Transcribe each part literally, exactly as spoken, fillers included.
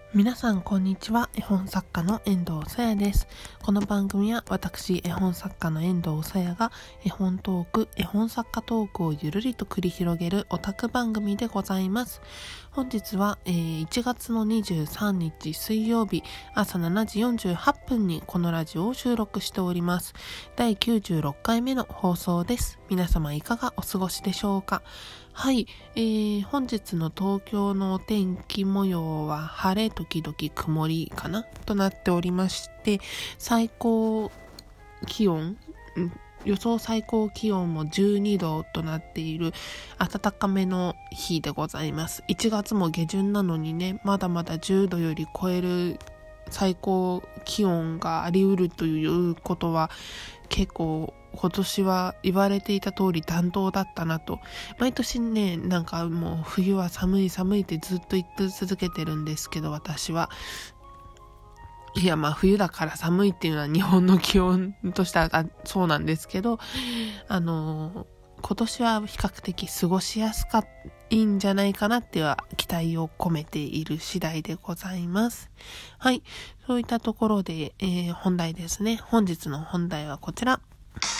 皆さんこんにちは。絵本作家の遠藤さやです。この番組は私絵本作家の遠藤さやが絵本トーク、絵本作家トークをゆるりと繰り広げるオタク番組でございます。本日は、えー、いちがつのにじゅうさんにち水曜日朝しちじよんじゅうはっぷんにこのラジオを収録しております。だいきゅうじゅうろっかいめの放送です。皆様いかがお過ごしでしょうか。はい、えー、本日の東京のお天気模様は晴れ時々曇りかなとなっておりまして、最高気温、予想最高気温もじゅうにどとなっている暖かめの日でございます。いちがつも下旬なのにね、まだまだじゅうどより超える最高気温があり得るということは結構今年は言われていた通り暖冬だったなと。毎年ね、なんかもう冬は寒い寒いってずっと言って続けてるんですけど、私は。いやまあ冬だから寒いっていうのは日本の気温としてはそうなんですけど、あの今年は比較的過ごしやすかいいんじゃないかなっていう期待を込めている次第でございます。はい。そういったところで、えー、本題ですね。本日の本題はこちら。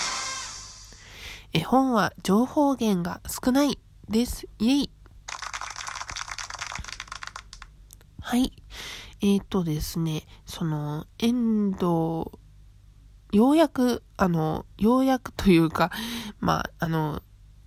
絵本は情報源が少ないです。イエイ。はい。えーとですね、その、遠藤、ようやく、あの、ようやくというか、まあ、あの、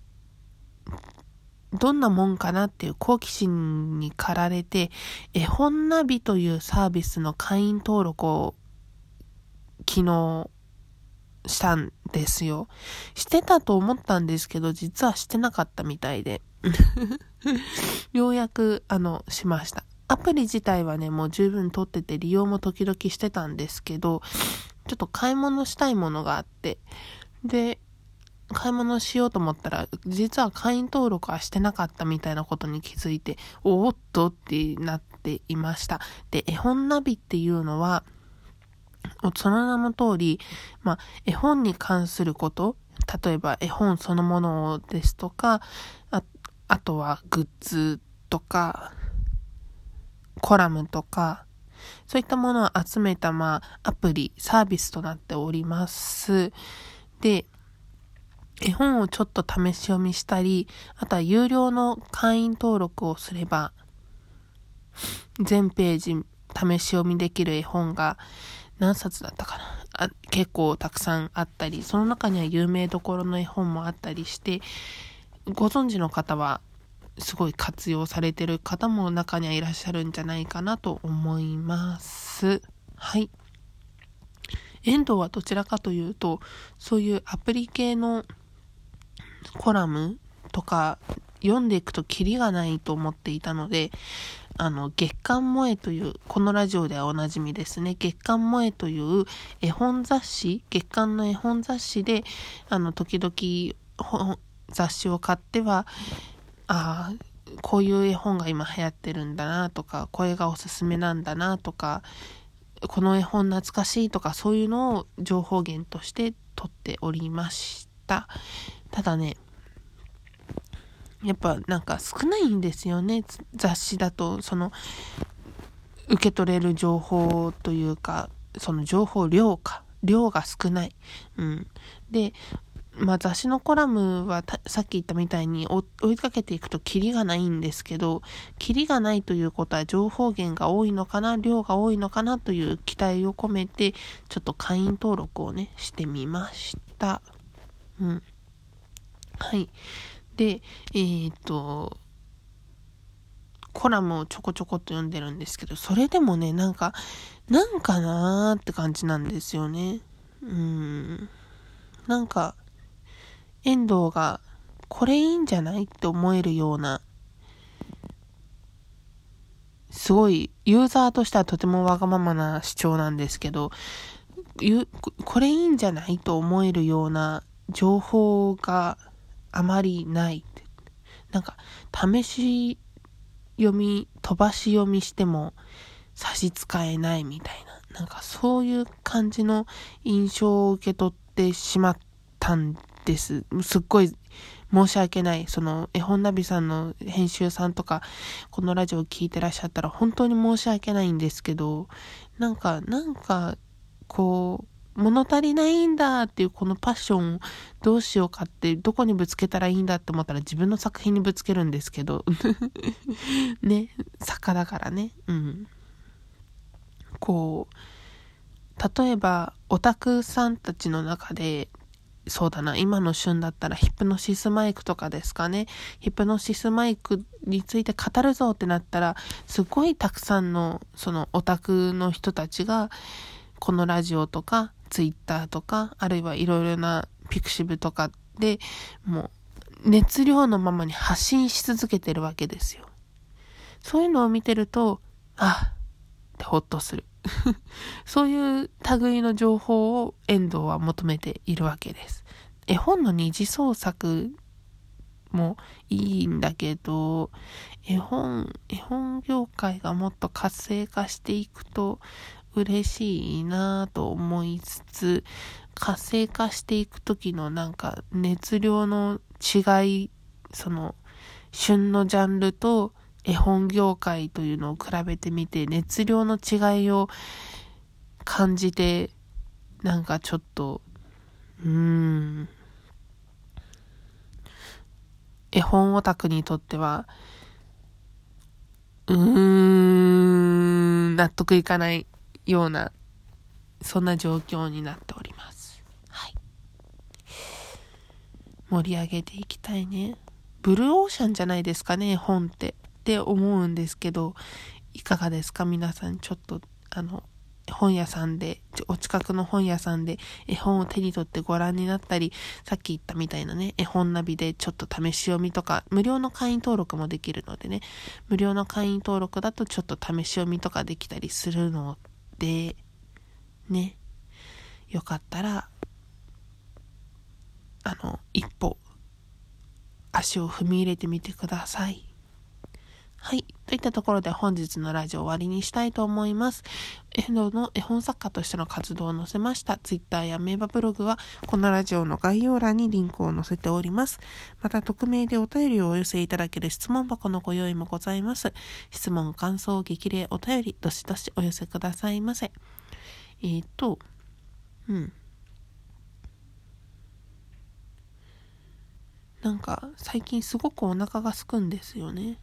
どんなもんかなっていう好奇心に駆られて、絵本ナビというサービスの会員登録を昨日したんですよ。してたと思ったんですけど、実はしてなかったみたいで。ようやく、あの、しました。アプリ自体はね、もう十分取ってて利用も時々してたんですけど、ちょっと買い物したいものがあって、で、買い物しようと思ったら、実は会員登録はしてなかったみたいなことに気づいて、おーっとってなっていました。で、絵本ナビっていうのは、その名の通り、まあ、絵本に関すること、例えば絵本そのものですとか、あ、あとはグッズとか、コラムとか、そういったものを集めた、まあ、アプリ、サービスとなっております。で、絵本をちょっと試し読みしたり、あとは有料の会員登録をすれば、全ページ試し読みできる絵本が何冊だったかなあ、結構たくさんあったり、その中には有名どころの絵本もあったりして、ご存知の方はすごい活用されてる方も中にはいらっしゃるんじゃないかなと思います。はい。遠藤はどちらかというと、そういうアプリ系のコラムとか読んでいくとキリがないと思っていたので、あの、月刊萌えという、このラジオではおなじみですね。月刊萌えという絵本雑誌、月刊の絵本雑誌で、あの、時々雑誌を買っては、ああ、こういう絵本が今流行ってるんだなとか、これがおすすめなんだなとか、この絵本懐かしいとか、そういうのを情報源として取っておりました。ただね、やっぱなんか少ないんですよね。雑誌だと、その、受け取れる情報というか、その情報量か。量が少ない。うん。で、まあ雑誌のコラムはさっき言ったみたいに追いかけていくとキリがないんですけど、キリがないということは情報源が多いのかな、量が多いのかなという期待を込めて、ちょっと会員登録をね、してみました。うん。はい。で、えーっと、コラムをちょこちょこっと読んでるんですけど、それでもね、なんか、なんかなーって感じなんですよね。うーん。なんか、遠藤が、これいいんじゃないって思えるような、すごい、ユーザーとしてはとてもわがままな主張なんですけど、これいいんじゃないと思えるような情報があまりない。なんか、試し読み、飛ばし読みしても差し支えないみたいな、なんかそういう感じの印象を受け取ってしまったんです。すっごい申し訳ない。その絵本ナビさんの編集さんとか、このラジオを聞いてらっしゃったら本当に申し訳ないんですけど、なんか、なんか、こう、物足りないんだっていうこのパッションをどうしようかって、どこにぶつけたらいいんだって思ったら自分の作品にぶつけるんですけど、ね、作家だからね。うん。こう、例えば、オタクさんたちの中で、そうだな、今の旬だったらヒプノシスマイクとかですかね。ヒプノシスマイクについて語るぞってなったら、すごいたくさんのそのオタクの人たちが、このラジオとかツイッターとか、あるいはいろいろなピクシブとかでもう熱量のままに発信し続けてるわけですよ。そういうのを見てると、あってほっとする。そういう類の情報を遠藤は求めているわけです。絵本の二次創作もいいんだけど、絵本、絵本業界がもっと活性化していくと嬉しいなぁと思いつつ、活性化していく時のなんか熱量の違い、その旬のジャンルと絵本業界というのを比べてみて熱量の違いを感じて、なんかちょっとうーん絵本オタクにとってはうーん納得いかないようなそんな状況になっております。はい。盛り上げていきたいね。ブルーオーシャンじゃないですかね、絵本ってって思うんですけど、いかがですか皆さん。ちょっとあの本屋さんで、お近くの本屋さんで絵本を手に取ってご覧になったり、さっき言ったみたいなね、絵本ナビでちょっと試し読みとか、無料の会員登録もできるのでね、無料の会員登録だとちょっと試し読みとかできたりするので、ね、よかったら、あの、一歩、足を踏み入れてみてください。はい。といったところで本日のラジオ終わりにしたいと思います。遠藤の絵本作家としての活動を載せましたツイッターや名場ブログはこのラジオの概要欄にリンクを載せております。また匿名でお便りをお寄せいただける質問箱のご用意もございます。質問、感想、激励、お便り、どしどしお寄せくださいませ。えーと、うん。なんか最近すごくお腹が空くんですよね。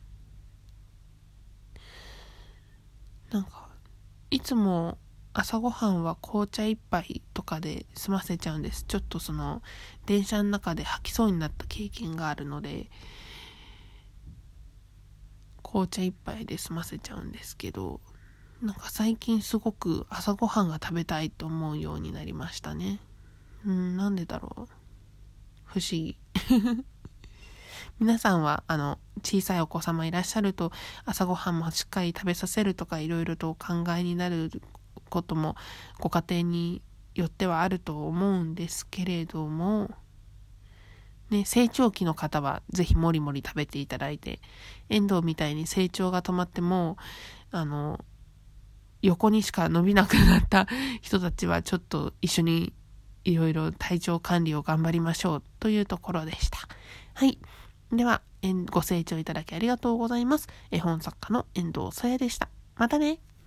なんかいつも朝ごはんは紅茶一杯とかで済ませちゃうんです。ちょっとその電車の中で吐きそうになった経験があるので、紅茶一杯で済ませちゃうんですけど、なんか最近すごく朝ごはんが食べたいと思うようになりましたね。うん、なんでだろう。不思議。皆さんはあの小さいお子様いらっしゃると朝ごはんもしっかり食べさせるとかいろいろとお考えになることもご家庭によってはあると思うんですけれども、ね、成長期の方はぜひもりもり食べていただいて、遠藤みたいに成長が止まってもあの横にしか伸びなくなった人たちはちょっと一緒にいろいろ体調管理を頑張りましょうというところでした。はい。では、ご清聴いただきありがとうございます。絵本作家の遠藤さやでした。またね。